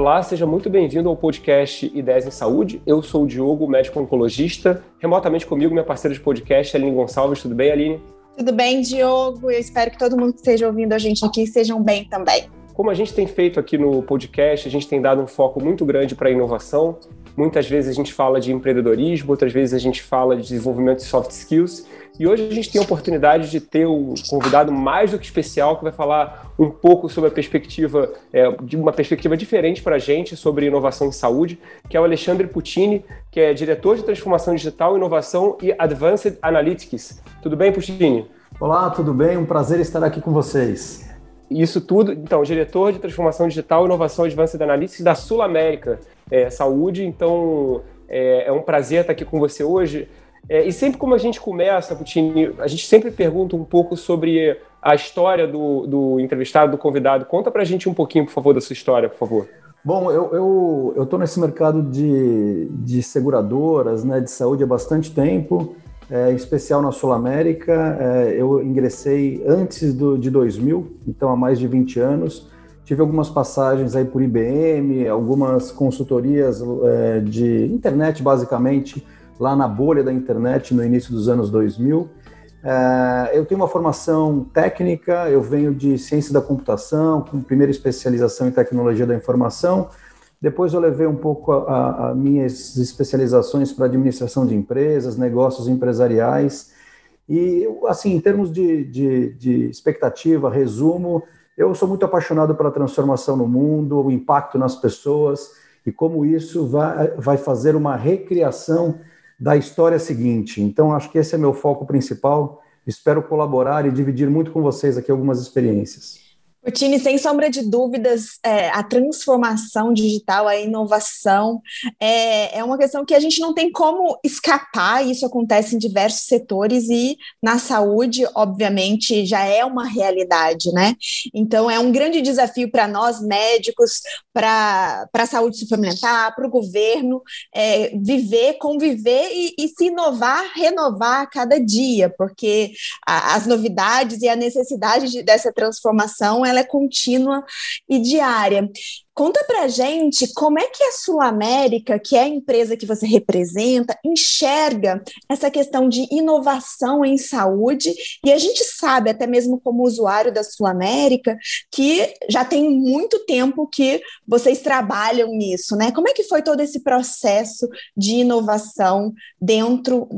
Olá, seja muito bem-vindo ao podcast Ideias em Saúde. Eu sou o Diogo, médico oncologista. Remotamente comigo, minha parceira de podcast, Aline Gonçalves. Tudo bem, Aline? Tudo bem, Diogo. Eu espero que todo mundo que esteja ouvindo a gente aqui estejam bem também. Como a gente tem feito aqui no podcast, a gente tem dado um foco muito grande para a inovação. Muitas vezes a gente fala de empreendedorismo, outras vezes a gente fala de desenvolvimento de soft skills. E hoje a gente tem a oportunidade de ter um convidado mais do que especial que vai falar um pouco sobre a perspectiva, de uma perspectiva diferente para a gente sobre inovação em saúde, que é o Alexandre Puccini, que é diretor de transformação digital, inovação e Advanced Analytics. Tudo bem, Puccini? Olá, tudo bem? Um prazer estar aqui com vocês. Isso tudo, então, diretor de transformação digital, inovação e Advanced Analytics da Sul América Saúde. Então, é um prazer estar aqui com você hoje. E sempre como a gente começa, Puccini, a gente sempre pergunta um pouco sobre a história do entrevistado, do convidado. Conta pra gente um pouquinho, por favor, da sua história, por favor. Bom, eu estou nesse mercado de seguradoras, né, de saúde há bastante tempo, em especial na Sul América. Eu ingressei antes de 2000, então há mais de 20 anos. Tive algumas passagens aí por IBM, algumas consultorias de internet, basicamente, lá na bolha da internet no início dos anos 2000. Eu tenho uma formação técnica, eu venho de ciência da computação, com primeira especialização em tecnologia da informação. Depois eu levei um pouco a minhas especializações para administração de empresas, negócios empresariais. E, assim, em termos de expectativa, resumo, eu sou muito apaixonado pela transformação no mundo, o impacto nas pessoas e como isso vai fazer uma recriação da história seguinte. Então, acho que esse é meu foco principal. Espero colaborar e dividir muito com vocês aqui algumas experiências. Puccini, sem sombra de dúvidas, a transformação digital, a inovação, é uma questão que a gente não tem como escapar. Isso acontece em diversos setores e na saúde, obviamente, já é uma realidade, né? Então, é um grande desafio para nós, médicos, para a saúde suplementar, para o governo, conviver e se inovar, renovar a cada dia, porque as novidades e a necessidade dessa transformação, ela é contínua e diária. Conta pra gente como é que a Sul América, que é a empresa que você representa, enxerga essa questão de inovação em saúde, e a gente sabe, até mesmo como usuário da Sul América, que já tem muito tempo que vocês trabalham nisso, né? Como é que foi todo esse processo de inovação dentro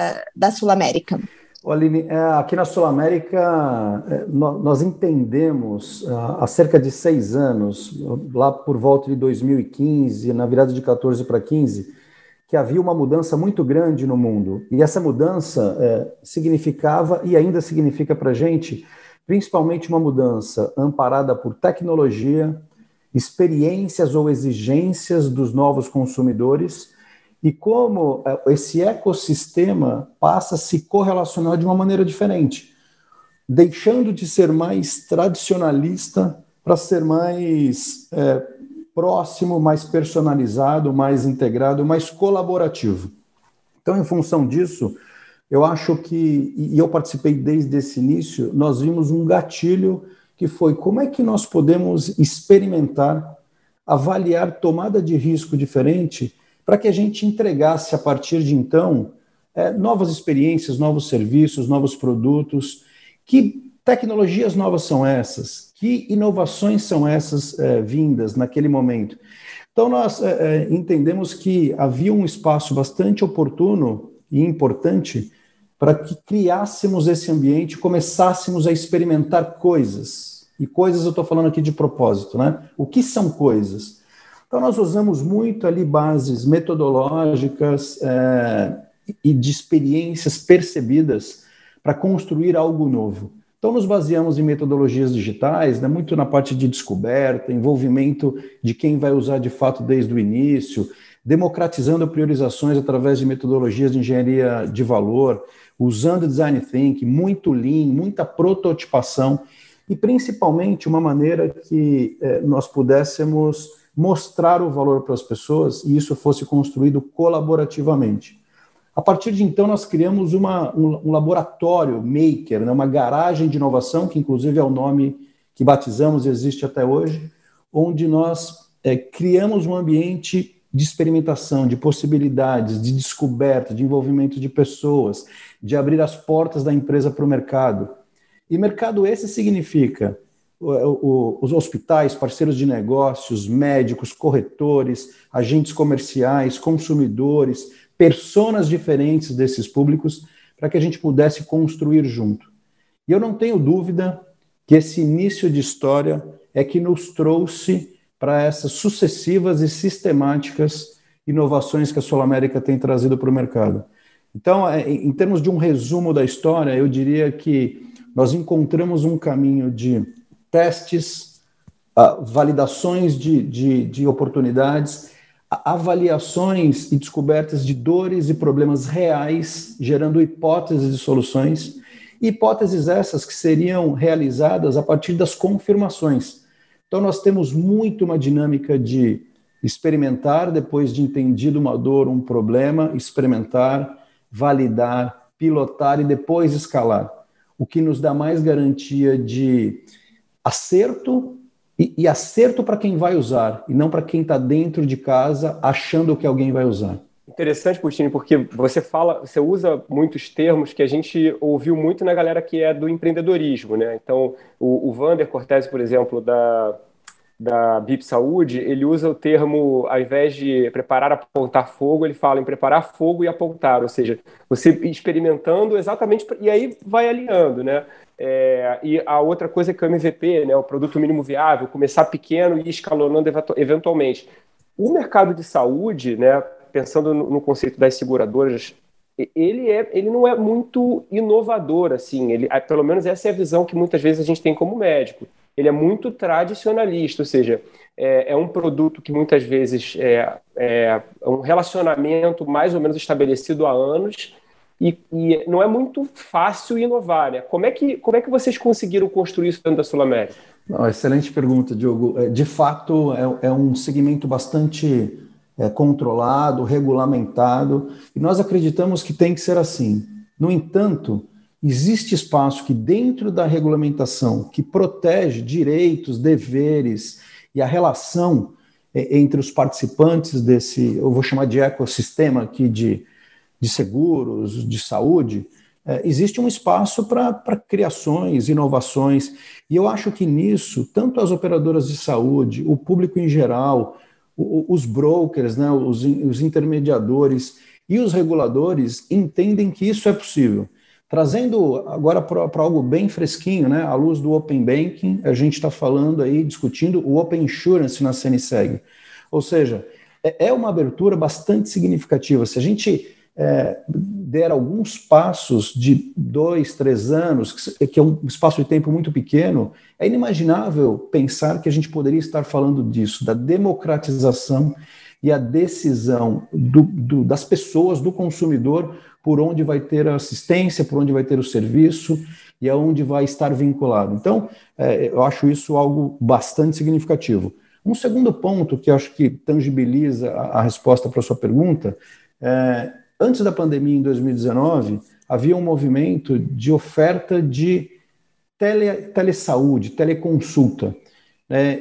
da Sul América? Aline, aqui na Sul América, nós entendemos há cerca de 6 anos, lá por volta de 2015, na virada de 14 para 15, que havia uma mudança muito grande no mundo. E essa mudança significava e ainda significa para a gente, principalmente uma mudança amparada por tecnologia, experiências ou exigências dos novos consumidores, e como esse ecossistema passa a se correlacionar de uma maneira diferente, deixando de ser mais tradicionalista para ser mais próximo, mais personalizado, mais integrado, mais colaborativo. Então, em função disso, eu acho que, e eu participei desde esse início, nós vimos um gatilho que foi como é que nós podemos experimentar, avaliar tomada de risco diferente para que a gente entregasse, a partir de então, novas experiências, novos serviços, novos produtos. Que tecnologias novas são essas? Que inovações são essas vindas naquele momento? Então, nós entendemos que havia um espaço bastante oportuno e importante para que criássemos esse ambiente, começássemos a experimentar coisas. E coisas eu estou falando aqui de propósito, né? O que são coisas? Então, nós usamos muito ali bases metodológicas e de experiências percebidas para construir algo novo. Então, nos baseamos em metodologias digitais, né, muito na parte de descoberta, envolvimento de quem vai usar de fato desde o início, democratizando priorizações através de metodologias de engenharia de valor, usando design thinking, muito lean, muita prototipação e, principalmente, uma maneira que nós pudéssemos mostrar o valor para as pessoas e isso fosse construído colaborativamente. A partir de então, nós criamos um laboratório maker, né, uma garagem de inovação, que inclusive é o nome que batizamos e existe até hoje, onde nós criamos um ambiente de experimentação, de possibilidades, de descoberta, de envolvimento de pessoas, de abrir as portas da empresa para o mercado. E mercado esse significa os hospitais, parceiros de negócios, médicos, corretores, agentes comerciais, consumidores, personas diferentes desses públicos, para que a gente pudesse construir junto. E eu não tenho dúvida que esse início de história é que nos trouxe para essas sucessivas e sistemáticas inovações que a Sul América tem trazido para o mercado. Então, em termos de um resumo da história, eu diria que nós encontramos um caminho de testes, validações de oportunidades, avaliações e descobertas de dores e problemas reais, gerando hipóteses de soluções, hipóteses essas que seriam realizadas a partir das confirmações. Então, nós temos muito uma dinâmica de experimentar, depois de entendido uma dor, um problema, experimentar, validar, pilotar e depois escalar. O que nos dá mais garantia de acerto e acerto para quem vai usar, e não para quem está dentro de casa achando que alguém vai usar. Interessante, Putini, porque você usa muitos termos que a gente ouviu muito na galera que é do empreendedorismo, né? Então, o Vander Cortez, por exemplo, da BIP Saúde, ele usa o termo, ao invés de preparar, apontar fogo, ele fala em preparar fogo e apontar, ou seja, você experimentando exatamente, e aí vai alinhando, né? E a outra coisa é que o MVP, né, o produto mínimo viável, começar pequeno e ir escalonando eventualmente. O mercado de saúde, né, pensando no conceito das seguradoras, ele não é muito inovador, assim, pelo menos essa é a visão que muitas vezes a gente tem como médico. Ele é muito tradicionalista, ou seja, é um produto que muitas vezes é um relacionamento mais ou menos estabelecido há anos e não é muito fácil inovar, né? Como é que vocês conseguiram construir isso dentro da Sul América? Excelente pergunta, Diogo. De fato, é um segmento bastante controlado, regulamentado, e nós acreditamos que tem que ser assim. No entanto, existe espaço que dentro da regulamentação que protege direitos, deveres e a relação entre os participantes desse, eu vou chamar de ecossistema aqui de seguros, de saúde, existe um espaço para criações, inovações, e eu acho que nisso, tanto as operadoras de saúde, o público em geral, os brokers, né, os intermediadores e os reguladores entendem que isso é possível. Trazendo agora para algo bem fresquinho, né, à luz do Open Banking, a gente está falando aí, discutindo o Open Insurance na CNSEG. Ou seja, é uma abertura bastante significativa. Se a gente der alguns passos de 2, 3 anos, que é um espaço de tempo muito pequeno, é inimaginável pensar que a gente poderia estar falando disso, da democratização e a decisão das pessoas, do consumidor, por onde vai ter a assistência, por onde vai ter o serviço e aonde vai estar vinculado. Então, eu acho isso algo bastante significativo. Um segundo ponto que eu acho que tangibiliza a resposta para a sua pergunta antes da pandemia, em 2019, havia um movimento de oferta de telesaúde, teleconsulta, né?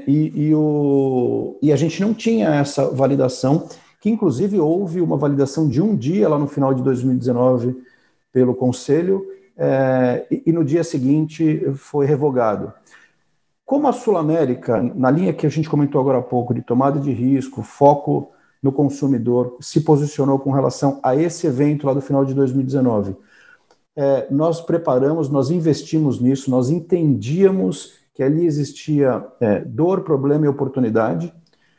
E a gente não tinha essa validação, que inclusive houve uma validação de um dia lá no final de 2019 pelo Conselho, e no dia seguinte foi revogado. Como a Sul América, na linha que a gente comentou agora há pouco, de tomada de risco, foco no consumidor, se posicionou com relação a esse evento lá do final de 2019. Nós preparamos, nós investimos nisso, nós entendíamos que ali existia dor, problema e oportunidade.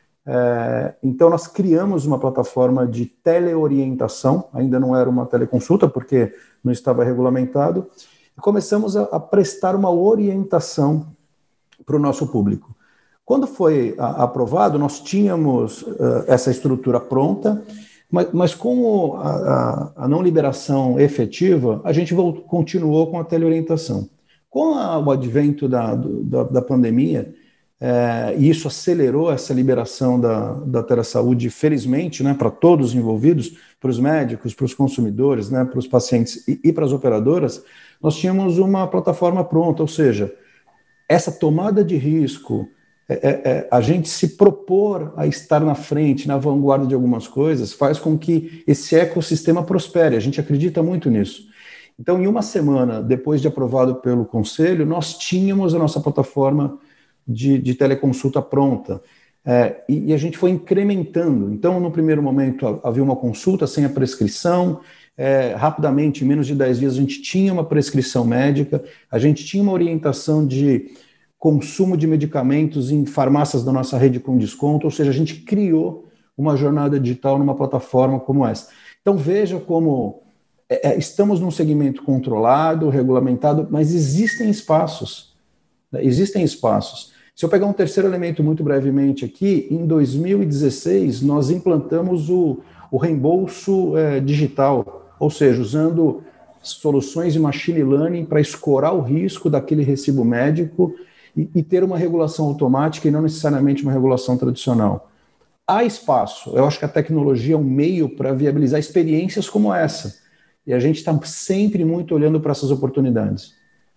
Então, nós criamos uma plataforma de teleorientação, ainda não era uma teleconsulta, porque não estava regulamentado, e começamos a prestar uma orientação para o nosso público. Quando foi aprovado, nós tínhamos essa estrutura pronta, mas com a não liberação efetiva, a gente continuou com a teleorientação. Com o advento da pandemia, e isso acelerou essa liberação da telesaúde, felizmente, né, para todos os envolvidos, para os médicos, para os consumidores, né, para os pacientes e para as operadoras, nós tínhamos uma plataforma pronta, ou seja, essa tomada de risco, a gente se propor a estar na frente, na vanguarda de algumas coisas, faz com que esse ecossistema prospere. A gente acredita muito nisso. Então, em uma semana, depois de aprovado pelo Conselho, nós tínhamos a nossa plataforma de teleconsulta pronta. E a gente foi incrementando. Então, no primeiro momento, havia uma consulta sem a prescrição. Rapidamente, em menos de 10 dias, a gente tinha uma prescrição médica, a gente tinha uma orientação de consumo de medicamentos em farmácias da nossa rede com desconto, ou seja, a gente criou uma jornada digital numa plataforma como essa. Então, veja como estamos num segmento controlado, regulamentado, mas existem espaços. Né? Existem espaços. Se eu pegar um terceiro elemento muito brevemente aqui, em 2016, nós implantamos o reembolso digital, ou seja, usando soluções de machine learning para escorar o risco daquele recibo médico e ter uma regulação automática e não necessariamente uma regulação tradicional. Há espaço. Eu acho que a tecnologia é um meio para viabilizar experiências como essa. E a gente está sempre muito olhando para essas oportunidades.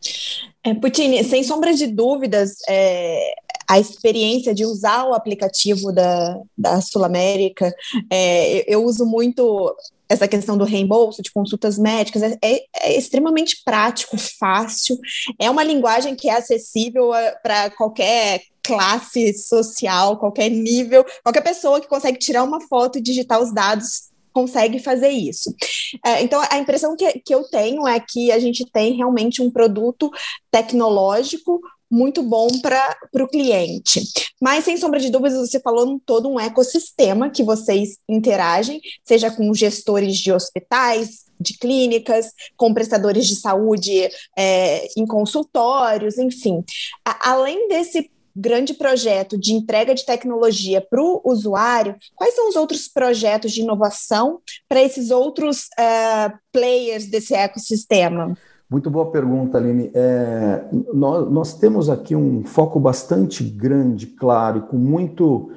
Puccini, sem sombra de dúvidas, a experiência de usar o aplicativo da SulAmérica, eu uso muito essa questão do reembolso de consultas médicas, é extremamente prático, fácil, é uma linguagem que é acessível para qualquer classe social, qualquer nível, qualquer pessoa que consegue tirar uma foto e digitar os dados consegue fazer isso. Então, a impressão que eu tenho é que a gente tem realmente um produto tecnológico muito bom para o cliente. Mas, sem sombra de dúvidas, você falou em todo um ecossistema que vocês interagem, seja com gestores de hospitais, de clínicas, com prestadores de saúde em consultórios, enfim. Além desse grande projeto de entrega de tecnologia para o usuário, quais são os outros projetos de inovação para esses outros players desse ecossistema? Muito boa pergunta, Aline. Nós temos aqui um foco bastante grande, claro, e com muito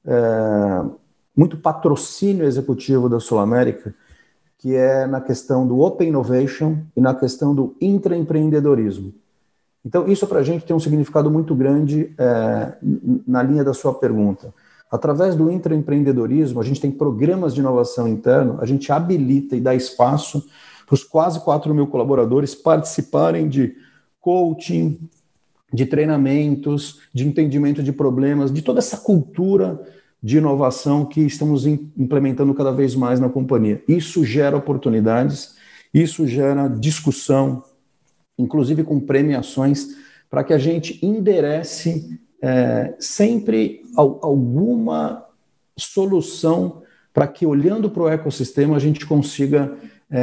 patrocínio executivo da SulAmérica, que é na questão do Open Innovation e na questão do intraempreendedorismo. Então, isso para a gente tem um significado muito grande na linha da sua pergunta. Através do intraempreendedorismo, a gente tem programas de inovação interno, a gente habilita e dá espaço para os quase 4 mil colaboradores participarem de coaching, de treinamentos, de entendimento de problemas, de toda essa cultura de inovação que estamos implementando cada vez mais na companhia. Isso gera oportunidades, isso gera discussão, inclusive com premiações, para que a gente enderece sempre alguma solução para que, olhando para o ecossistema, a gente consiga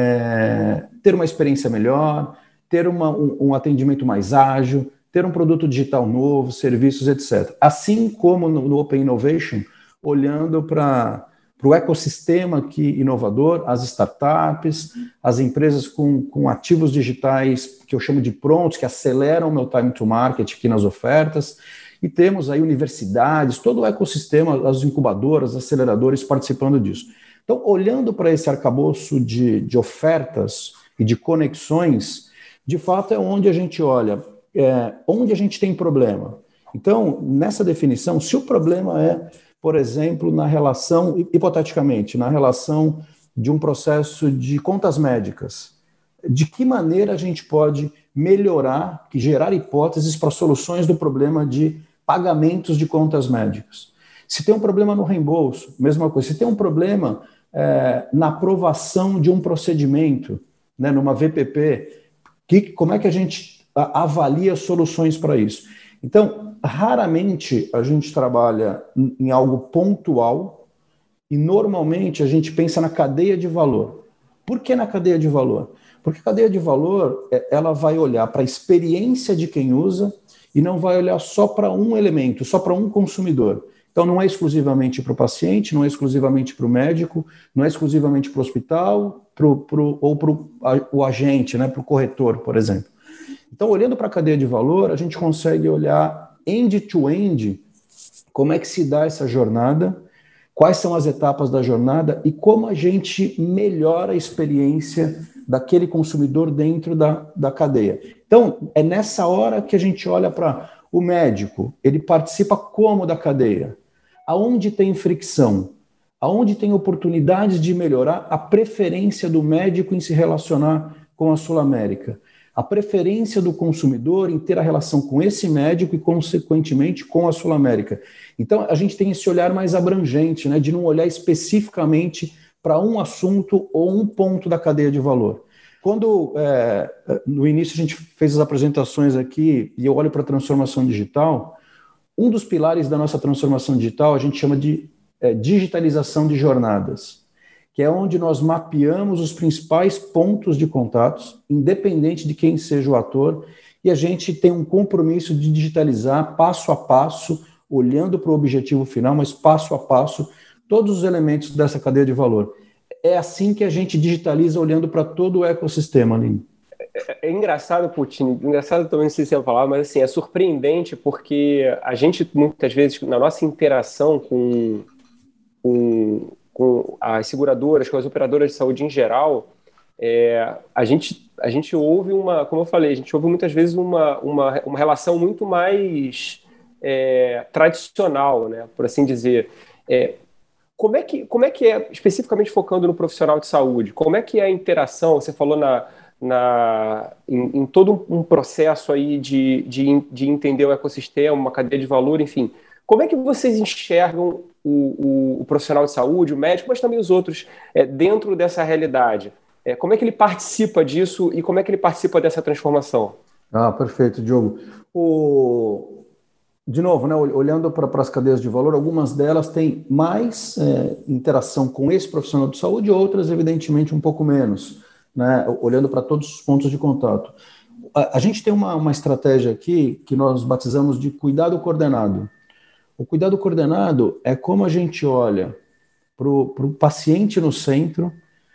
ter uma experiência melhor, ter um atendimento mais ágil, ter um produto digital novo, serviços, etc. Assim como no Open Innovation, olhando para o ecossistema inovador, as startups, as empresas com ativos digitais, que eu chamo de prontos, que aceleram o meu time to market aqui nas ofertas, e temos aí universidades, todo o ecossistema, as incubadoras, aceleradores participando disso. Então, olhando para esse arcabouço de ofertas e de conexões, de fato é onde a gente olha, onde a gente tem problema. Então, nessa definição, se o problema é, por exemplo, na relação, hipoteticamente, na relação de um processo de contas médicas, de que maneira a gente pode melhorar, gerar hipóteses para soluções do problema de pagamentos de contas médicas. Se tem um problema no reembolso, mesma coisa. Se tem um problema na aprovação de um procedimento, né, numa VPP, como é que a gente avalia soluções para isso? Então, raramente a gente trabalha em algo pontual e normalmente a gente pensa na cadeia de valor. Por que na cadeia de valor? Porque a cadeia de valor ela vai olhar para a experiência de quem usa e não vai olhar só para um elemento, só para um consumidor. Então, não é exclusivamente para o paciente, não é exclusivamente para o médico, não é exclusivamente para o hospital ou para o agente, né, para o corretor, por exemplo. Então, olhando para a cadeia de valor, a gente consegue olhar end-to-end como é que se dá essa jornada, quais são as etapas da jornada e como a gente melhora a experiência daquele consumidor dentro da cadeia. Então, é nessa hora que a gente olha para O médico, ele participa como da cadeia? Aonde tem fricção? Aonde tem oportunidades de melhorar a preferência do médico em se relacionar com a Sul-América? A preferência do consumidor em ter a relação com esse médico e, consequentemente, com a Sul-América. Então, a gente tem esse olhar mais abrangente, né, de não olhar especificamente para um assunto ou um ponto da cadeia de valor. Quando, no início, a gente fez as apresentações aqui e eu olho para a transformação digital, um dos pilares da nossa transformação digital a gente chama de digitalização de jornadas, que é onde nós mapeamos os principais pontos de contatos, independente de quem seja o ator, e a gente tem um compromisso de digitalizar passo a passo, olhando para o objetivo final, mas passo a passo, todos os elementos dessa cadeia de valor. É assim que a gente digitaliza, olhando para todo o ecossistema, Aline. É engraçado, Putin, engraçado também, não sei se você ia falar, mas assim, é surpreendente porque a gente, muitas vezes, na nossa interação com as seguradoras, com as operadoras de saúde em geral, a gente ouve como eu falei, a gente ouve muitas vezes uma relação muito mais tradicional, né, por assim dizer. Como é que é, especificamente focando no profissional de saúde, como é que é a interação, você falou em todo um processo aí de entender o ecossistema, uma cadeia de valor, enfim, como é que vocês enxergam o profissional de saúde, o médico, mas também os outros, dentro dessa realidade? Como é que ele participa disso e como é que ele participa dessa transformação? Perfeito, Diogo. De novo, né, olhando para as cadeias de valor, algumas delas têm mais interação com esse profissional de saúde, outras, evidentemente, um pouco menos, né, olhando para todos os pontos de contato. A gente tem uma estratégia aqui que nós batizamos de cuidado coordenado. O cuidado coordenado é como a gente olha para o paciente no centro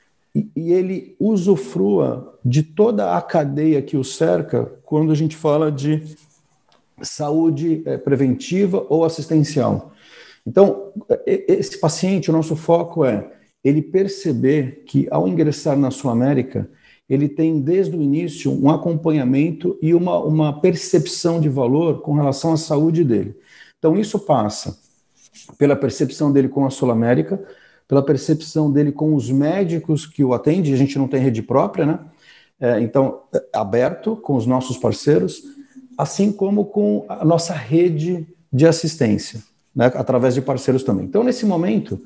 e ele usufrua de toda a cadeia que o cerca quando a gente fala de saúde preventiva ou assistencial. Então, esse paciente, o nosso foco é ele perceber que, ao ingressar na Sul-América, ele tem, desde o início, um acompanhamento e uma percepção de valor com relação à saúde dele. Então, isso passa pela percepção dele com a Sul-América, pela percepção dele com os médicos que o atendem, a gente não tem rede própria, né? Então, aberto com os nossos parceiros, assim como com a nossa rede de assistência, né, através de parceiros também. Então, nesse momento,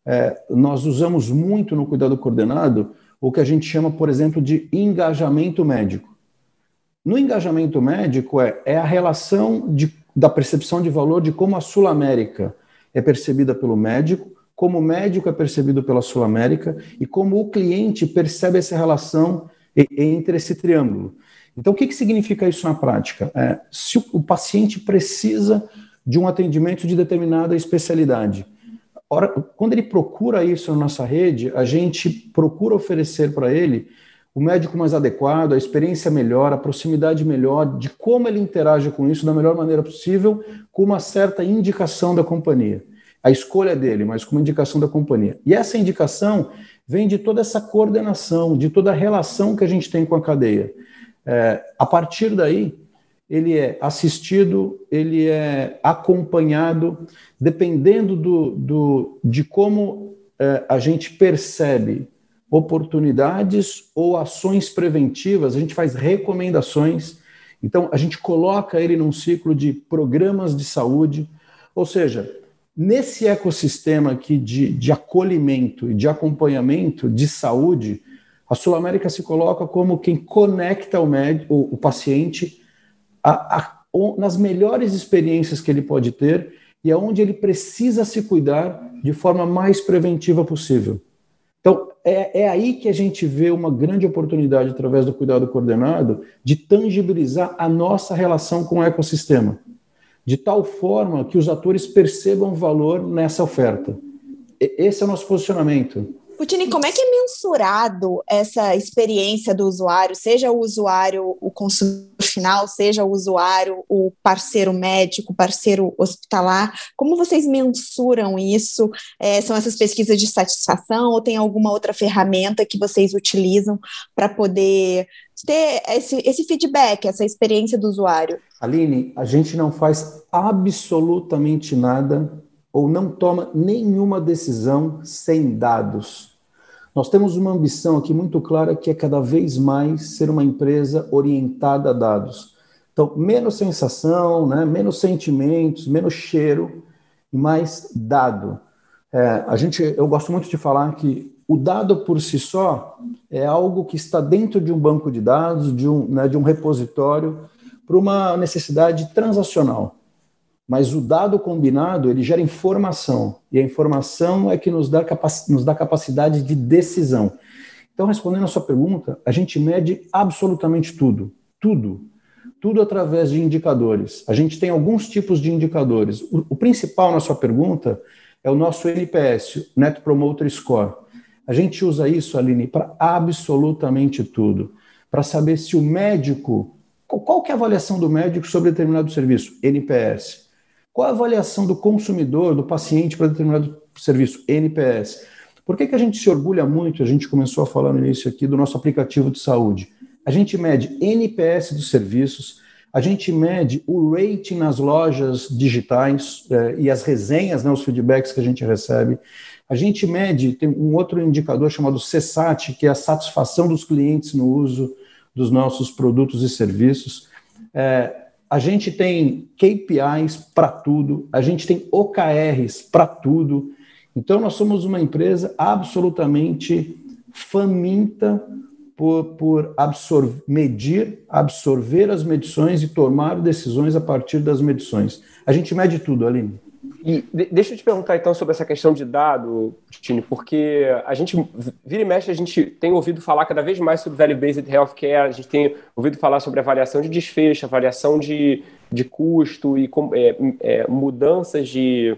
nós usamos muito no cuidado coordenado o que a gente chama, por exemplo, de engajamento médico. No engajamento médico é a relação da percepção de valor de como a Sul-América é percebida pelo médico, como o médico é percebido pela Sul-América e como o cliente percebe essa relação entre esse triângulo. Então, o que significa isso na prática? Se o paciente precisa de um atendimento de determinada especialidade, quando ele procura isso na nossa rede, a gente procura oferecer para ele o médico mais adequado, a experiência melhor, a proximidade melhor, de como ele interage com isso da melhor maneira possível, com uma certa indicação da companhia. A escolha dele, mas com uma indicação da companhia. E essa indicação vem de toda essa coordenação, de toda a relação que a gente tem com a cadeia. A partir daí, ele é assistido, ele é acompanhado, dependendo de como a gente percebe oportunidades ou ações preventivas, a gente faz recomendações. Então, a gente coloca ele num ciclo de programas de saúde, ou seja, nesse ecossistema aqui de acolhimento e de acompanhamento de saúde, a Sul-América se coloca como quem conecta o paciente nas melhores experiências que ele pode ter e aonde ele precisa se cuidar de forma mais preventiva possível. Então, é aí que a gente vê uma grande oportunidade, através do cuidado coordenado, de tangibilizar a nossa relação com o ecossistema, de tal forma que os atores percebam valor nessa oferta. Esse é o nosso posicionamento. Putin, como é que é mensurado essa experiência do usuário, seja o usuário, o consumidor final, seja o usuário, o parceiro médico, o parceiro hospitalar? Como vocês mensuram isso? São essas pesquisas de satisfação ou tem alguma outra ferramenta que vocês utilizam para poder ter esse feedback, essa experiência do usuário? Aline, a gente não faz absolutamente nada ou não toma nenhuma decisão sem dados. Nós temos uma ambição aqui muito clara que é cada vez mais ser uma empresa orientada a dados. Então, menos sensação, né, menos sentimentos, menos cheiro e mais dado. Eu gosto muito de falar que o dado por si só é algo que está dentro de um banco de dados, de um repositório, para uma necessidade transacional. Mas o dado combinado, ele gera informação, e a informação é que nos dá capacidade de decisão. Então, respondendo a sua pergunta, a gente mede absolutamente tudo através de indicadores. A gente tem alguns tipos de indicadores. O principal na sua pergunta é o nosso NPS, Net Promoter Score. A gente usa isso, Aline, para absolutamente tudo. Para saber se o médico... Qual que é a avaliação do médico sobre determinado serviço? NPS. Qual a avaliação do consumidor, do paciente para determinado serviço? NPS. Por que a gente se orgulha muito, a gente começou a falar no início aqui, do nosso aplicativo de saúde? A gente mede NPS dos serviços, a gente mede o rating nas lojas digitais e as resenhas, né, os feedbacks que a gente recebe. A gente mede, tem um outro indicador chamado CSAT, que é a satisfação dos clientes no uso dos nossos produtos e serviços. A gente tem KPIs para tudo, a gente tem OKRs para tudo. Então, nós somos uma empresa absolutamente faminta por medir, absorver as medições e tomar decisões a partir das medições. A gente mede tudo, Aline. E deixa eu te perguntar, então, sobre essa questão de dado, Tini, porque a gente, vira e mexe, a gente tem ouvido falar cada vez mais sobre Value-Based Healthcare, a gente tem ouvido falar sobre avaliação de desfecho, avaliação de custo e mudanças de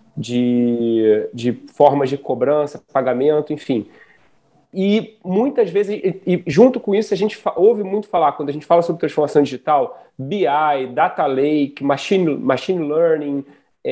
formas de cobrança, pagamento, enfim. E muitas vezes, e junto com isso, a gente ouve muito falar, quando a gente fala sobre transformação digital, BI, Data Lake, Machine Learning,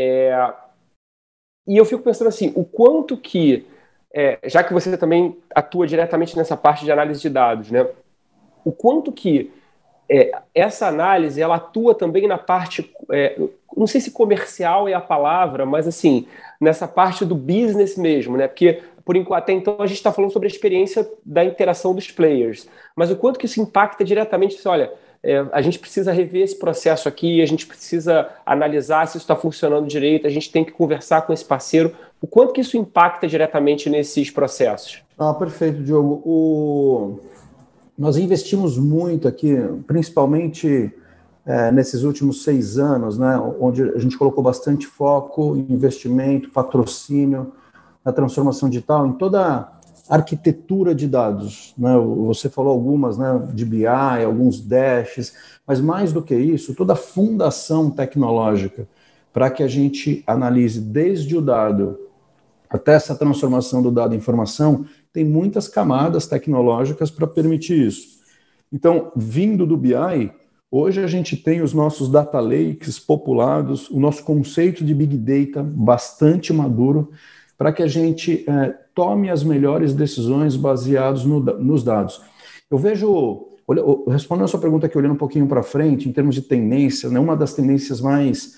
e eu fico pensando assim, o quanto que, já que você também atua diretamente nessa parte de análise de dados, né, o quanto que essa análise ela atua também na parte, não sei se comercial é a palavra, mas assim, nessa parte do business mesmo, né? Porque por enquanto, até então a gente está falando sobre a experiência da interação dos players, mas o quanto que isso impacta diretamente, assim, olha, a gente precisa rever esse processo aqui, a gente precisa analisar se isso está funcionando direito, a gente tem que conversar com esse parceiro, o quanto que isso impacta diretamente nesses processos? Perfeito, Diogo. Nós investimos muito aqui, principalmente nesses últimos 6 anos, né, onde a gente colocou bastante foco, investimento, patrocínio na transformação digital, em toda a arquitetura de dados. Né? Você falou algumas, né, de BI, alguns dashes, mas mais do que isso, toda a fundação tecnológica para que a gente analise desde o dado até essa transformação do dado em informação, tem muitas camadas tecnológicas para permitir isso. Então, vindo do BI, hoje a gente tem os nossos data lakes populados, o nosso conceito de Big Data bastante maduro, para que a gente tome as melhores decisões baseadas nos dados. Eu vejo, respondendo a sua pergunta aqui, olhando um pouquinho para frente, em termos de tendência, né, uma das tendências mais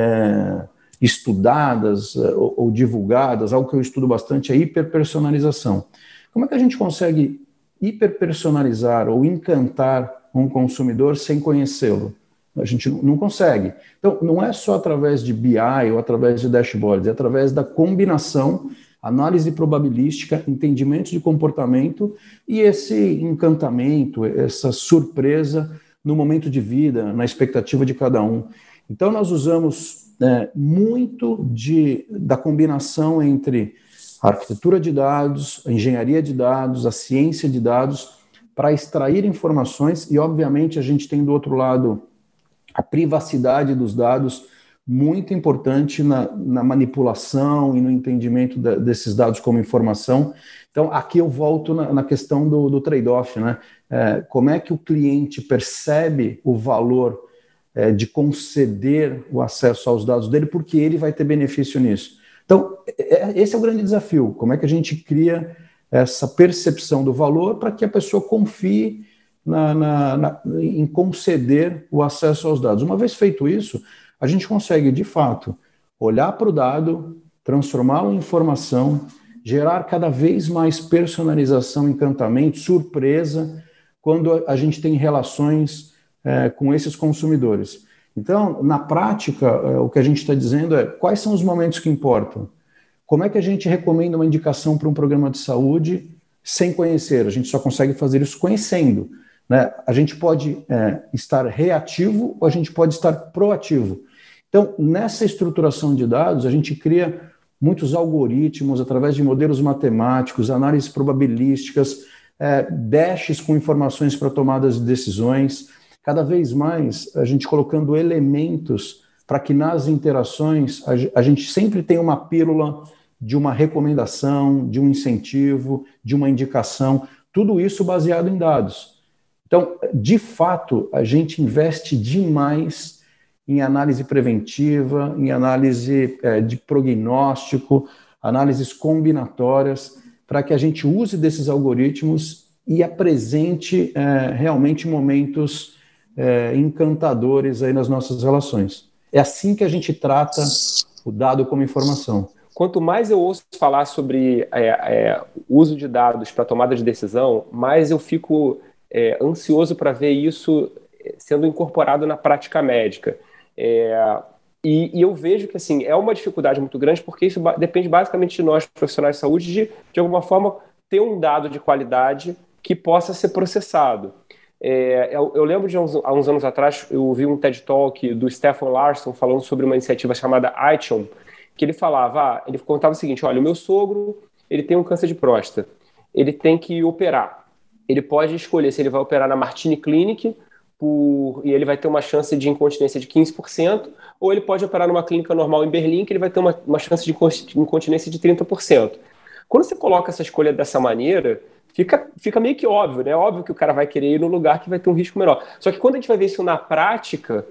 estudadas ou divulgadas, algo que eu estudo bastante, é a hiperpersonalização. Como é que a gente consegue hiperpersonalizar ou encantar um consumidor sem conhecê-lo? A gente não consegue. Então, não é só através de BI ou através de dashboards, é através da combinação, análise probabilística, entendimento de comportamento e esse encantamento, essa surpresa no momento de vida, na expectativa de cada um. Então, nós usamos muito da combinação entre a arquitetura de dados, a engenharia de dados, a ciência de dados, para extrair informações e, obviamente, a gente tem do outro lado a privacidade dos dados, muito importante na manipulação e no entendimento desses dados como informação. Então, aqui eu volto na questão do trade-off, né? Como é que o cliente percebe o valor de conceder o acesso aos dados dele, porque ele vai ter benefício nisso. Então, esse é o grande desafio, como é que a gente cria essa percepção do valor para que a pessoa confie em conceder o acesso aos dados. Uma vez feito isso, a gente consegue, de fato, olhar para o dado, transformá-lo em informação, gerar cada vez mais personalização, encantamento, surpresa, quando a gente tem relações com esses consumidores. Então, na prática, o que a gente está dizendo é quais são os momentos que importam. Como é que a gente recomenda uma indicação para um programa de saúde sem conhecer? A gente só consegue fazer isso conhecendo, né? A gente pode estar reativo ou a gente pode estar proativo. Então, nessa estruturação de dados, a gente cria muitos algoritmos através de modelos matemáticos, análises probabilísticas, dashes com informações para tomadas de decisões, cada vez mais a gente colocando elementos para que nas interações a gente sempre tenha uma pílula de uma recomendação, de um incentivo, de uma indicação, tudo isso baseado em dados. Então, de fato, a gente investe demais em análise preventiva, em análise de prognóstico, análises combinatórias, para que a gente use desses algoritmos e apresente realmente momentos encantadores aí nas nossas relações. É assim que a gente trata o dado como informação. Quanto mais eu ouço falar sobre uso de dados para tomada de decisão, mais eu fico ansioso para ver isso sendo incorporado na prática médica. E eu vejo que assim, é uma dificuldade muito grande, porque isso depende basicamente de nós, profissionais de saúde, de alguma forma ter um dado de qualidade que possa ser processado. Eu lembro de há uns anos atrás, eu ouvi um TED Talk do Stephen Larson falando sobre uma iniciativa chamada ICHOM, que ele falava, ele contava o seguinte: olha, o meu sogro, ele tem um câncer de próstata, ele tem que operar, ele pode escolher se ele vai operar na Martini Clinic e ele vai ter uma chance de incontinência de 15%, ou ele pode operar numa clínica normal em Berlim, que ele vai ter uma chance de incontinência de 30%. Quando você coloca essa escolha dessa maneira, fica meio que óbvio, né? Óbvio que o cara vai querer ir no lugar que vai ter um risco menor. Só que quando a gente vai ver isso na prática,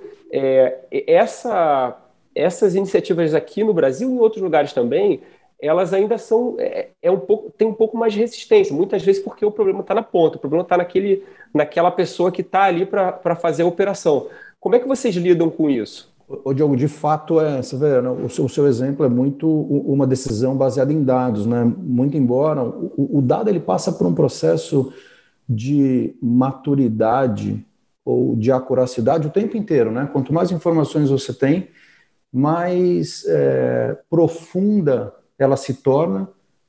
essas iniciativas aqui no Brasil e em outros lugares também, elas ainda são tem um pouco mais de resistência, muitas vezes porque o problema está na ponta, o problema está naquela pessoa que está ali para fazer a operação. Como é que vocês lidam com isso? Ô, Diogo, de fato, você vê, né, o seu exemplo é muito uma decisão baseada em dados, né? Muito embora o dado ele passa por um processo de maturidade ou de acuracidade o tempo inteiro, né? Quanto mais informações você tem, mais profunda ela se torna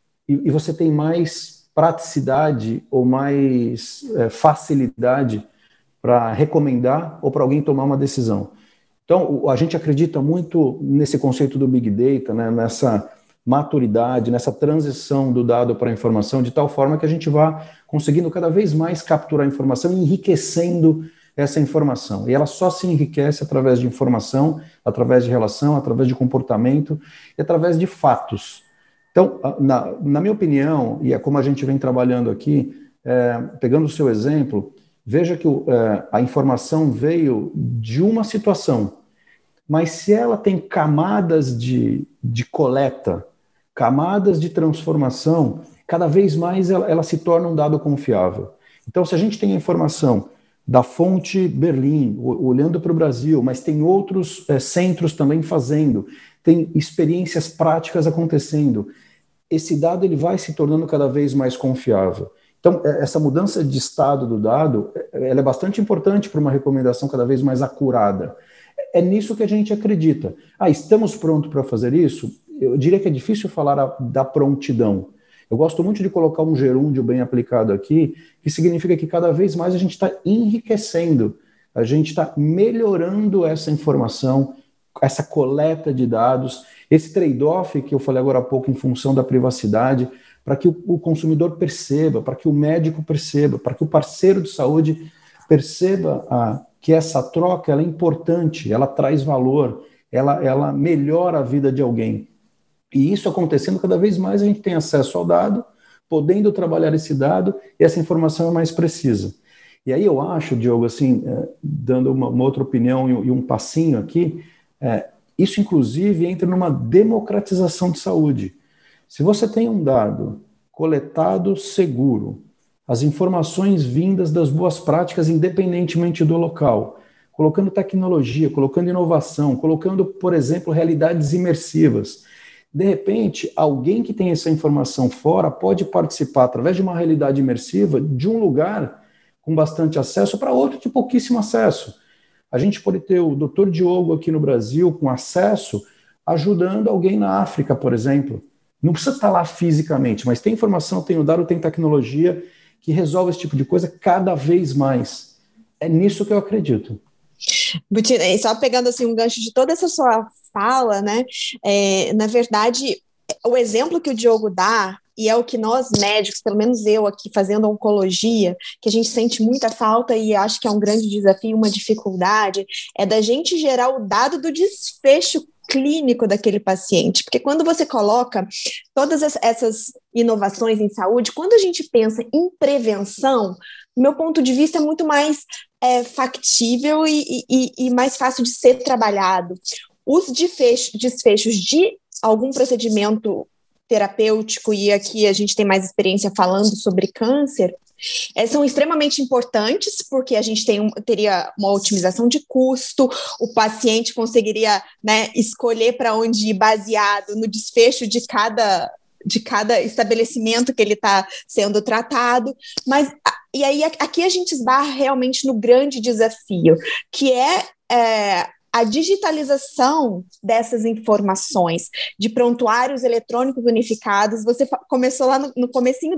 e você tem mais praticidade ou mais facilidade para recomendar ou para alguém tomar uma decisão. Então, a gente acredita muito nesse conceito do Big Data, né, nessa maturidade, nessa transição do dado para a informação, de tal forma que a gente vá conseguindo cada vez mais capturar a informação e enriquecendo essa informação. E ela só se enriquece através de informação, através de relação, através de comportamento e através de fatos. Então, na minha opinião, e é como a gente vem trabalhando aqui, pegando o seu exemplo, veja que a informação veio de uma situação, mas se ela tem camadas de coleta, camadas de transformação, cada vez mais ela se torna um dado confiável. Então, se a gente tem a informação da fonte Berlim, olhando para o Brasil, mas tem outros centros também fazendo, tem experiências práticas acontecendo, esse dado ele vai se tornando cada vez mais confiável. Então, essa mudança de estado do dado, ela é bastante importante para uma recomendação cada vez mais acurada. É nisso que a gente acredita. Estamos prontos para fazer isso? Eu diria que é difícil falar da prontidão. Eu gosto muito de colocar um gerúndio bem aplicado aqui, que significa que cada vez mais a gente está enriquecendo, a gente está melhorando essa informação, essa coleta de dados, esse trade-off que eu falei agora há pouco em função da privacidade, para que o consumidor perceba, para que o médico perceba, para que o parceiro de saúde perceba que essa troca ela é importante, ela traz valor, ela melhora a vida de alguém. E isso acontecendo, cada vez mais a gente tem acesso ao dado, podendo trabalhar esse dado, e essa informação é mais precisa. E aí eu acho, Diogo, assim, dando uma outra opinião e um passinho aqui, isso inclusive entra numa democratização de saúde. Se você tem um dado coletado seguro, as informações vindas das boas práticas, independentemente do local, colocando tecnologia, colocando inovação, colocando, por exemplo, realidades imersivas. De repente, alguém que tem essa informação fora pode participar, através de uma realidade imersiva, de um lugar com bastante acesso para outro de pouquíssimo acesso. A gente pode ter o Dr. Diogo aqui no Brasil com acesso, ajudando alguém na África, por exemplo. Não precisa estar lá fisicamente, mas tem informação, tem o dado, tem tecnologia que resolve esse tipo de coisa cada vez mais. É nisso que eu acredito. Butina, e só pegando assim um gancho de toda essa sua fala, né? Na verdade, o exemplo que o Diogo dá, e é o que nós médicos, pelo menos eu aqui fazendo oncologia, que a gente sente muita falta e acho que é um grande desafio, uma dificuldade, é da gente gerar o dado do desfecho clínico daquele paciente, porque quando você coloca todas essas inovações em saúde, quando a gente pensa em prevenção, do meu ponto de vista é muito mais factível e mais fácil de ser trabalhado. Os desfechos de algum procedimento terapêutico, e aqui a gente tem mais experiência falando sobre câncer, são extremamente importantes, porque a gente teria uma otimização de custo, o paciente conseguiria, né, escolher para onde ir baseado no desfecho de cada estabelecimento que ele está sendo tratado, mas e aí aqui a gente esbarra realmente no grande desafio, que é a digitalização dessas informações, de prontuários eletrônicos unificados. Você começou lá no comecinho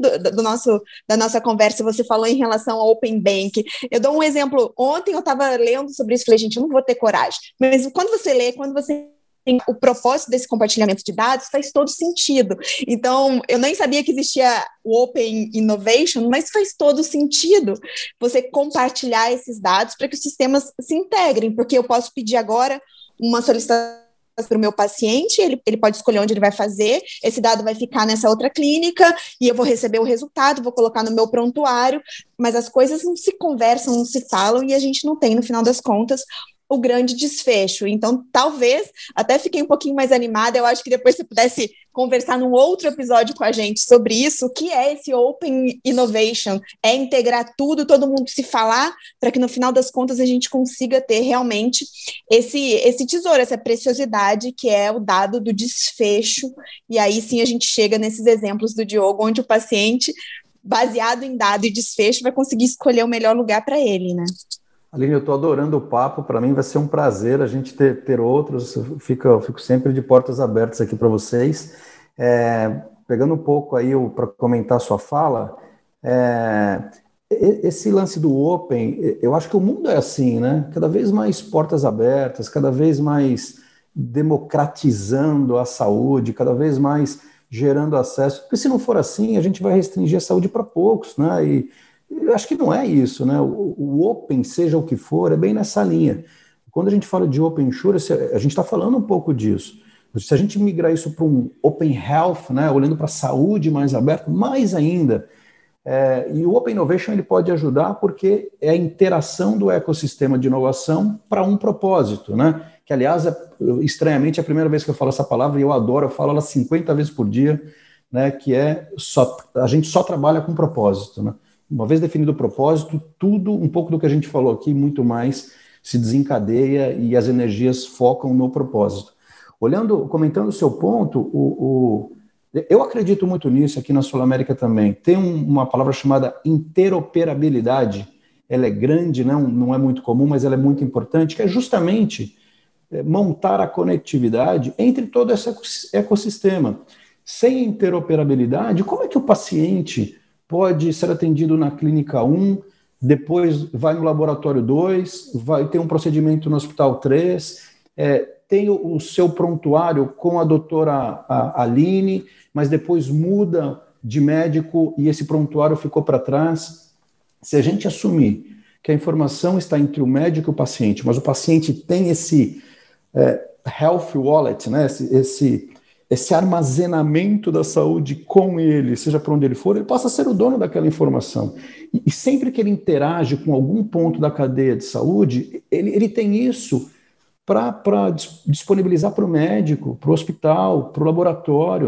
da nossa conversa, você falou em relação ao Open Bank. Eu dou um exemplo. Ontem eu estava lendo sobre isso, falei, gente, eu não vou ter coragem. Mas quando você lê, quando você tem o propósito desse compartilhamento de dados, faz todo sentido. Então, eu nem sabia que existia o Open Innovation, mas faz todo sentido você compartilhar esses dados para que os sistemas se integrem, porque eu posso pedir agora uma solicitação para o meu paciente, ele pode escolher onde ele vai fazer, esse dado vai ficar nessa outra clínica e eu vou receber o resultado, vou colocar no meu prontuário, mas as coisas não se conversam, não se falam e a gente não tem, no final das contas, o grande desfecho. Então, talvez, até fiquei um pouquinho mais animada, eu acho que depois você pudesse conversar num outro episódio com a gente sobre isso, o que é esse Open Innovation, é integrar tudo, todo mundo se falar, para que no final das contas a gente consiga ter realmente esse tesouro, essa preciosidade que é o dado do desfecho, e aí sim a gente chega nesses exemplos do Diogo, onde o paciente, baseado em dado e desfecho, vai conseguir escolher o melhor lugar para ele, né? Aline, eu estou adorando o papo, para mim vai ser um prazer a gente ter outros, eu fico sempre de portas abertas aqui para vocês. Pegando um pouco aí para comentar a sua fala, esse lance do Open, eu acho que o mundo é assim, né? Cada vez mais portas abertas, cada vez mais democratizando a saúde, cada vez mais gerando acesso, porque se não for assim, a gente vai restringir a saúde para poucos, né? E eu acho que não é isso, né? O Open, seja o que for, é bem nessa linha. Quando a gente fala de Open Insurance, a gente está falando um pouco disso. Se a gente migrar isso para um Open Health, né, olhando para a saúde mais aberta, mais ainda. E o Open Innovation ele pode ajudar porque é a interação do ecossistema de inovação para um propósito, né? Que, aliás, estranhamente, é a primeira vez que eu falo essa palavra e eu adoro, eu falo ela 50 vezes por dia, né? Que a gente só trabalha com propósito, né? Uma vez definido o propósito, tudo, um pouco do que a gente falou aqui, muito mais, se desencadeia e as energias focam no propósito. Comentando o seu ponto, eu acredito muito nisso aqui na Sul América também. Tem uma palavra chamada interoperabilidade. Ela é grande, não é muito comum, mas ela é muito importante, que é justamente montar a conectividade entre todo esse ecossistema. Sem interoperabilidade, como é que o paciente pode ser atendido na clínica 1, depois vai no laboratório 2, vai ter um procedimento no hospital 3, tem o seu prontuário com a doutora Aline, mas depois muda de médico e esse prontuário ficou para trás. Se a gente assumir que a informação está entre o médico e o paciente, mas o paciente tem esse health wallet, né, esse armazenamento da saúde com ele, seja para onde ele for, ele passa a ser o dono daquela informação. E sempre que ele interage com algum ponto da cadeia de saúde, ele tem isso para disponibilizar para o médico, para o hospital, para o laboratório.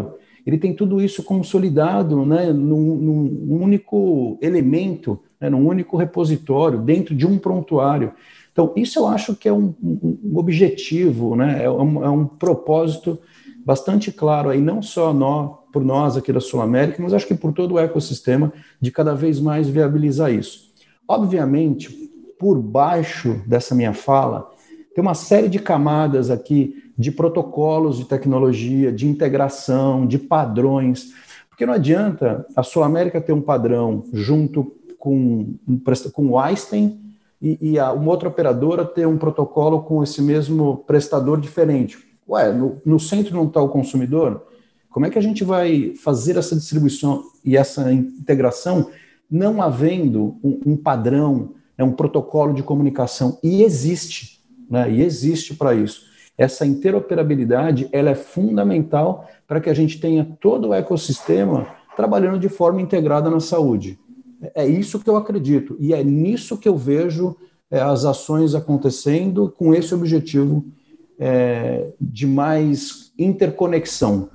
ele tem tudo isso consolidado, né, num único elemento, né, num único repositório, dentro de um prontuário. Então, isso eu acho que é um objetivo, né, é um propósito bastante claro, aí, não só por nós aqui da Sul América, mas acho que por todo o ecossistema, de cada vez mais viabilizar isso. Obviamente, por baixo dessa minha fala, tem uma série de camadas aqui de protocolos de tecnologia, de integração, de padrões, porque não adianta a Sul América ter um padrão junto com o Einstein e uma outra operadora ter um protocolo com esse mesmo prestador diferente. Ué, no centro não está o consumidor? Como é que a gente vai fazer essa distribuição e essa integração não havendo um padrão, um protocolo de comunicação? E existe, né? E existe para isso. Essa interoperabilidade, ela é fundamental para que a gente tenha todo o ecossistema trabalhando de forma integrada na saúde. É isso que eu acredito, e é nisso que eu vejo as ações acontecendo com esse objetivo de mais interconexão.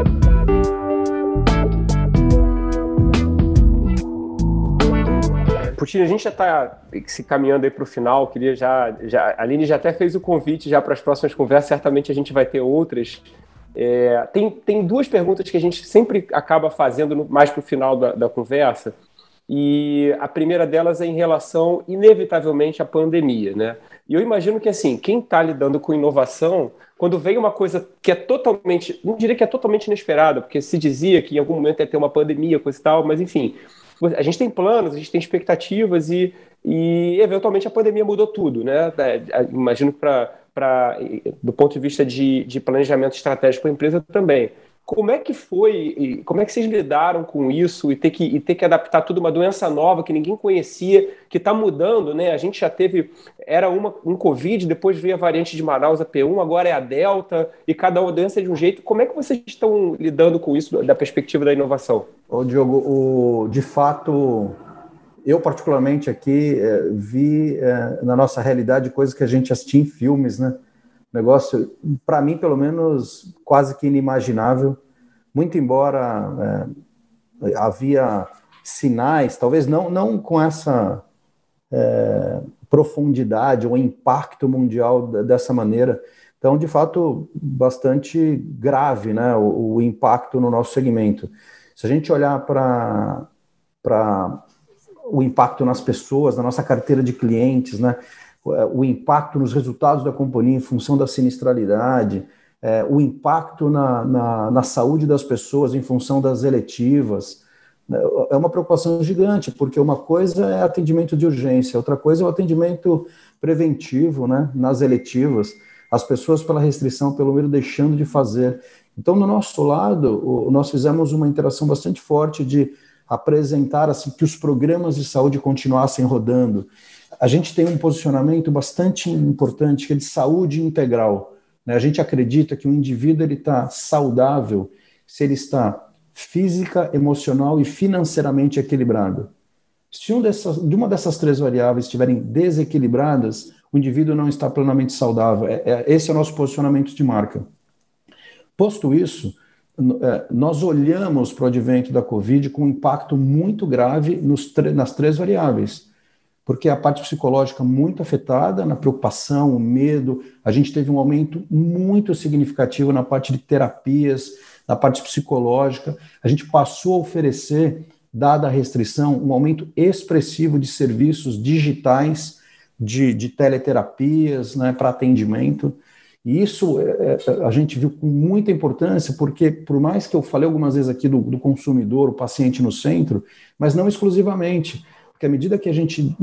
Putinho, a gente já está se caminhando aí para o final, queria a Aline já até fez o convite já para as próximas conversas, certamente a gente vai ter outras. Tem duas perguntas que a gente sempre acaba fazendo mais para o final da conversa, e a primeira delas é em relação, inevitavelmente, à pandemia, né? E eu imagino que, assim, quem está lidando com inovação, quando vem uma coisa que é totalmente, não diria que é totalmente inesperada, porque se dizia que em algum momento ia ter uma pandemia, coisa e tal, mas enfim, a gente tem planos, a gente tem expectativas e eventualmente a pandemia mudou tudo, né? Imagino que do ponto de vista de planejamento estratégico para a empresa também. Como é que foi, como é que vocês lidaram com isso e ter que adaptar tudo, uma doença nova que ninguém conhecia, que está mudando, né? A gente já teve, era um Covid, depois veio a variante de Manaus, a P1, agora é a Delta, e cada uma doença é de um jeito. Como é que vocês estão lidando com isso da perspectiva da inovação? Ô, Diogo, de fato, eu particularmente aqui vi na nossa realidade coisas que a gente assistia em filmes, né? Negócio, para mim, pelo menos, quase que inimaginável, muito embora havia sinais, talvez não com essa profundidade ou impacto mundial dessa maneira. Então, de fato, bastante grave, né, o impacto no nosso segmento. Se a gente olhar para o impacto nas pessoas, na nossa carteira de clientes, né, o impacto nos resultados da companhia em função da sinistralidade, o impacto na saúde das pessoas em função das eletivas, é uma preocupação gigante, porque uma coisa é atendimento de urgência, outra coisa é o atendimento preventivo, né, nas eletivas, as pessoas pela restrição, pelo menos deixando de fazer. Então, no nosso lado, nós fizemos uma interação bastante forte de apresentar assim, que os programas de saúde continuassem rodando. A gente tem um posicionamento bastante importante, que é de saúde integral, né? A gente acredita que o indivíduo está saudável se ele está física, emocional e financeiramente equilibrado. Se uma dessas três variáveis estiverem desequilibradas, o indivíduo não está plenamente saudável. Esse é o nosso posicionamento de marca. Posto isso, nós olhamos para o advento da Covid com um impacto muito grave nas três variáveis. Porque a parte psicológica muito afetada, na preocupação, o medo, a gente teve um aumento muito significativo na parte de terapias, na parte psicológica, a gente passou a oferecer, dada a restrição, um aumento expressivo de serviços digitais, de teleterapias, né, para atendimento, e isso a gente viu com muita importância, porque por mais que eu falei algumas vezes aqui do consumidor, o paciente no centro, mas não exclusivamente, porque à medida que a gente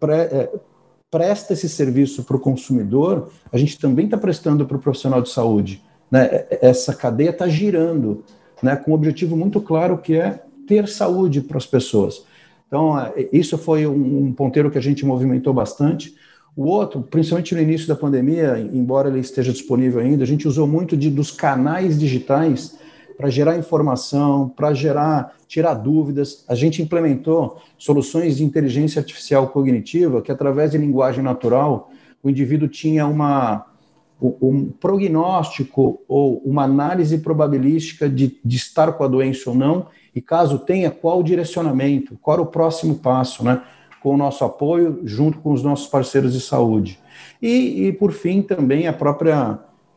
presta esse serviço para o consumidor, a gente também está prestando para o profissional de saúde, né? Essa cadeia está girando, né, com um objetivo muito claro que é ter saúde para as pessoas. Então, isso foi um ponteiro que a gente movimentou bastante. O outro, principalmente no início da pandemia, embora ele esteja disponível ainda, a gente usou muito dos canais digitais para gerar informação, para tirar dúvidas. A gente implementou soluções de inteligência artificial cognitiva que, através de linguagem natural, o indivíduo tinha um prognóstico ou uma análise probabilística de estar com a doença ou não, e caso tenha, qual o direcionamento, qual o próximo passo, né? Com o nosso apoio, junto com os nossos parceiros de saúde. E por fim, também a própria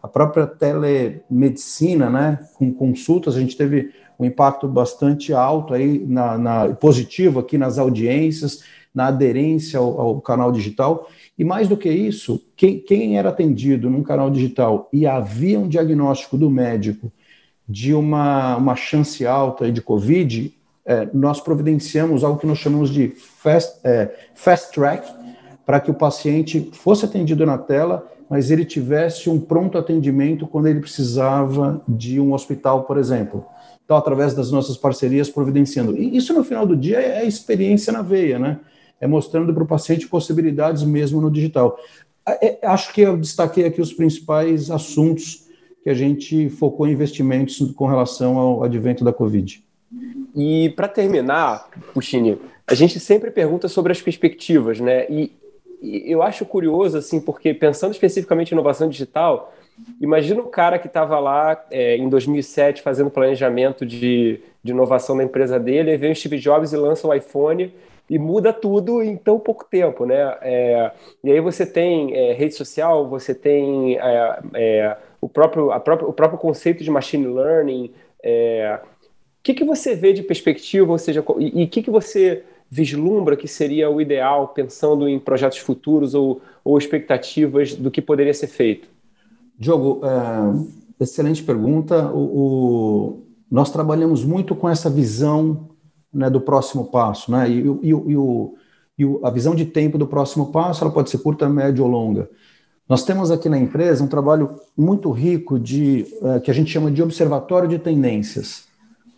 telemedicina, né? Com consultas, a gente teve um impacto bastante alto aí, positivo aqui nas audiências, na aderência ao canal digital. E mais do que isso, quem era atendido num canal digital e havia um diagnóstico do médico de uma chance alta de Covid, nós providenciamos algo que nós chamamos de fast track, para que o paciente fosse atendido na tela, mas ele tivesse um pronto atendimento quando ele precisava de um hospital, por exemplo. Então, através das nossas parcerias, providenciando. E isso, no final do dia, é experiência na veia, né? É mostrando para o paciente possibilidades mesmo no digital. Acho que eu destaquei aqui os principais assuntos que a gente focou em investimentos com relação ao advento da Covid. E para terminar, Puccini, a gente sempre pergunta sobre as perspectivas, né? E eu acho curioso, assim, porque pensando especificamente em inovação digital, imagina o cara que estava lá em 2007 fazendo planejamento de inovação da empresa dele, aí vem o Steve Jobs e lança o iPhone e muda tudo em tão pouco tempo, né? E aí você tem rede social, você tem o próprio conceito de machine learning. O que você vê de perspectiva, ou seja, e o que você vislumbra que seria o ideal, pensando em projetos futuros ou expectativas do que poderia ser feito? Diogo, excelente pergunta. Nós trabalhamos muito com essa visão, né, do próximo passo, né? E a visão de tempo do próximo passo, ela pode ser curta, média ou longa. Nós temos aqui na empresa um trabalho muito rico que a gente chama de observatório de tendências.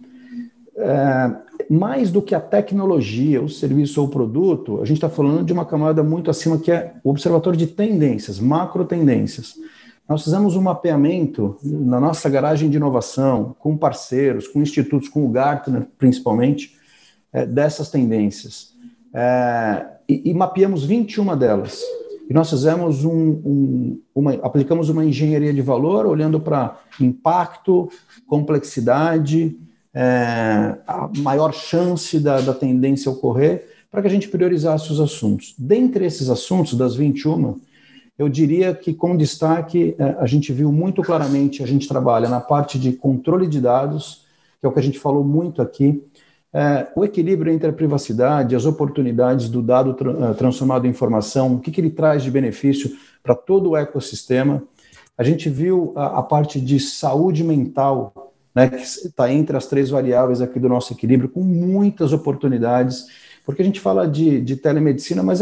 Mais do que a tecnologia, o serviço ou o produto, a gente está falando de uma camada muito acima, que é o observatório de tendências, macro tendências. Nós fizemos um mapeamento na nossa garagem de inovação, com parceiros, com institutos, com o Gartner, principalmente, dessas tendências. E mapeamos 21 delas. E nós fizemos aplicamos uma engenharia de valor, olhando para impacto, complexidade, a maior chance da tendência ocorrer, para que a gente priorizasse os assuntos. Dentre esses assuntos, das 21, eu diria que, com destaque, a gente viu muito claramente, a gente trabalha na parte de controle de dados, que é o que a gente falou muito aqui, o equilíbrio entre a privacidade, as oportunidades do dado transformado em informação, o que ele traz de benefício para todo o ecossistema. A gente viu a parte de saúde mental, né, que está entre as 3 variáveis aqui do nosso equilíbrio, com muitas oportunidades, porque a gente fala de telemedicina, mas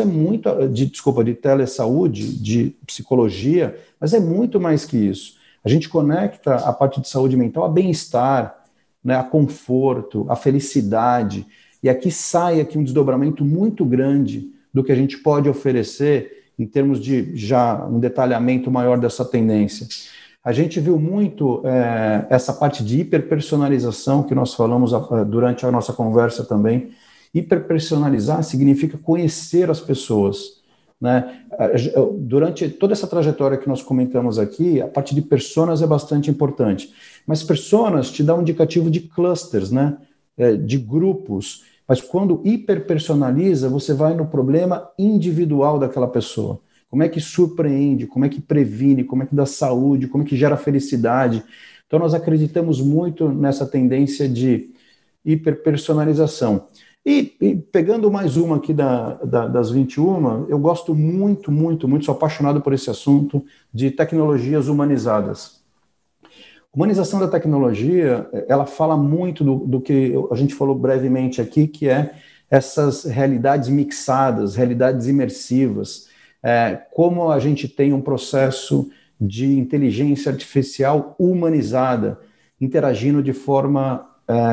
de telesaúde, de psicologia, mas é muito mais que isso. A gente conecta a parte de saúde mental a bem-estar, né, a conforto, a felicidade, e aqui sai um desdobramento muito grande do que a gente pode oferecer em termos de já um detalhamento maior dessa tendência. A gente viu muito essa parte de hiperpersonalização que nós falamos durante a nossa conversa também. Hiperpersonalizar significa conhecer as pessoas, né? Durante toda essa trajetória que nós comentamos aqui, a parte de personas é bastante importante. Mas personas te dá um indicativo de clusters, né? De grupos. Mas quando hiperpersonaliza, você vai no problema individual daquela pessoa. Como é que surpreende, como é que previne, como é que dá saúde, como é que gera felicidade. Então, nós acreditamos muito nessa tendência de hiperpersonalização. E pegando mais uma aqui das 21, eu gosto muito, sou apaixonado por esse assunto de tecnologias humanizadas. Humanização da tecnologia, ela fala muito do que a gente falou brevemente aqui, que é essas realidades mixadas, realidades imersivas, como a gente tem um processo de inteligência artificial humanizada, interagindo de forma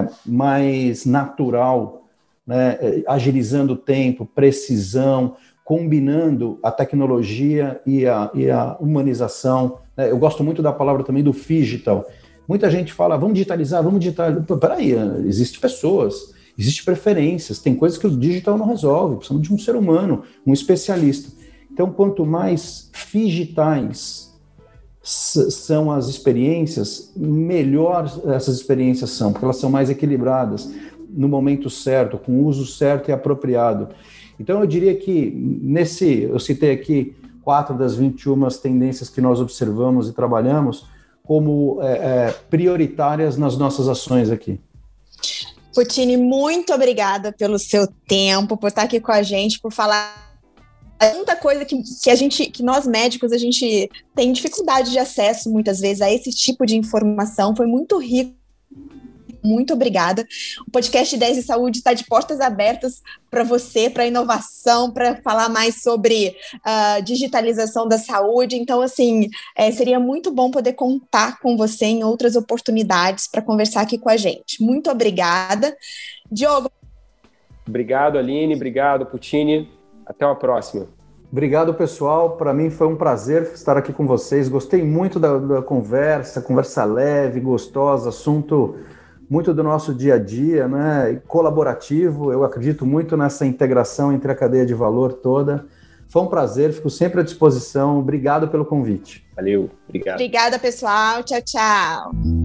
mais natural, né, agilizando o tempo, precisão, combinando a tecnologia e a humanização. Eu gosto muito da palavra também do phygital. Muita gente fala, vamos digitalizar. Peraí, existem pessoas, existem preferências, tem coisas que o digital não resolve, precisamos de um ser humano, um especialista. Então, quanto mais phygitais são as experiências, melhor essas experiências são, porque elas são mais equilibradas, no momento certo, com o uso certo e apropriado. Então, eu diria que eu citei aqui 4 das 21 tendências que nós observamos e trabalhamos como prioritárias nas nossas ações aqui. Puccini, muito obrigada pelo seu tempo, por estar aqui com a gente, por falar tanta coisa que nós médicos, a gente tem dificuldade de acesso muitas vezes a esse tipo de informação. Foi muito rico. Muito obrigada. O podcast 10 de Saúde está de portas abertas para você, para inovação, para falar mais sobre digitalização da saúde. Então, assim, seria muito bom poder contar com você em outras oportunidades para conversar aqui com a gente. Muito obrigada. Diogo. Obrigado, Aline. Obrigado, Puccini. Até uma próxima. Obrigado, pessoal. Para mim foi um prazer estar aqui com vocês. Gostei muito da conversa leve, gostosa, assunto muito do nosso dia a dia, né? Colaborativo. Eu acredito muito nessa integração entre a cadeia de valor toda. Foi um prazer, fico sempre à disposição. Obrigado pelo convite. Valeu, obrigado. Obrigada, pessoal. Tchau, tchau.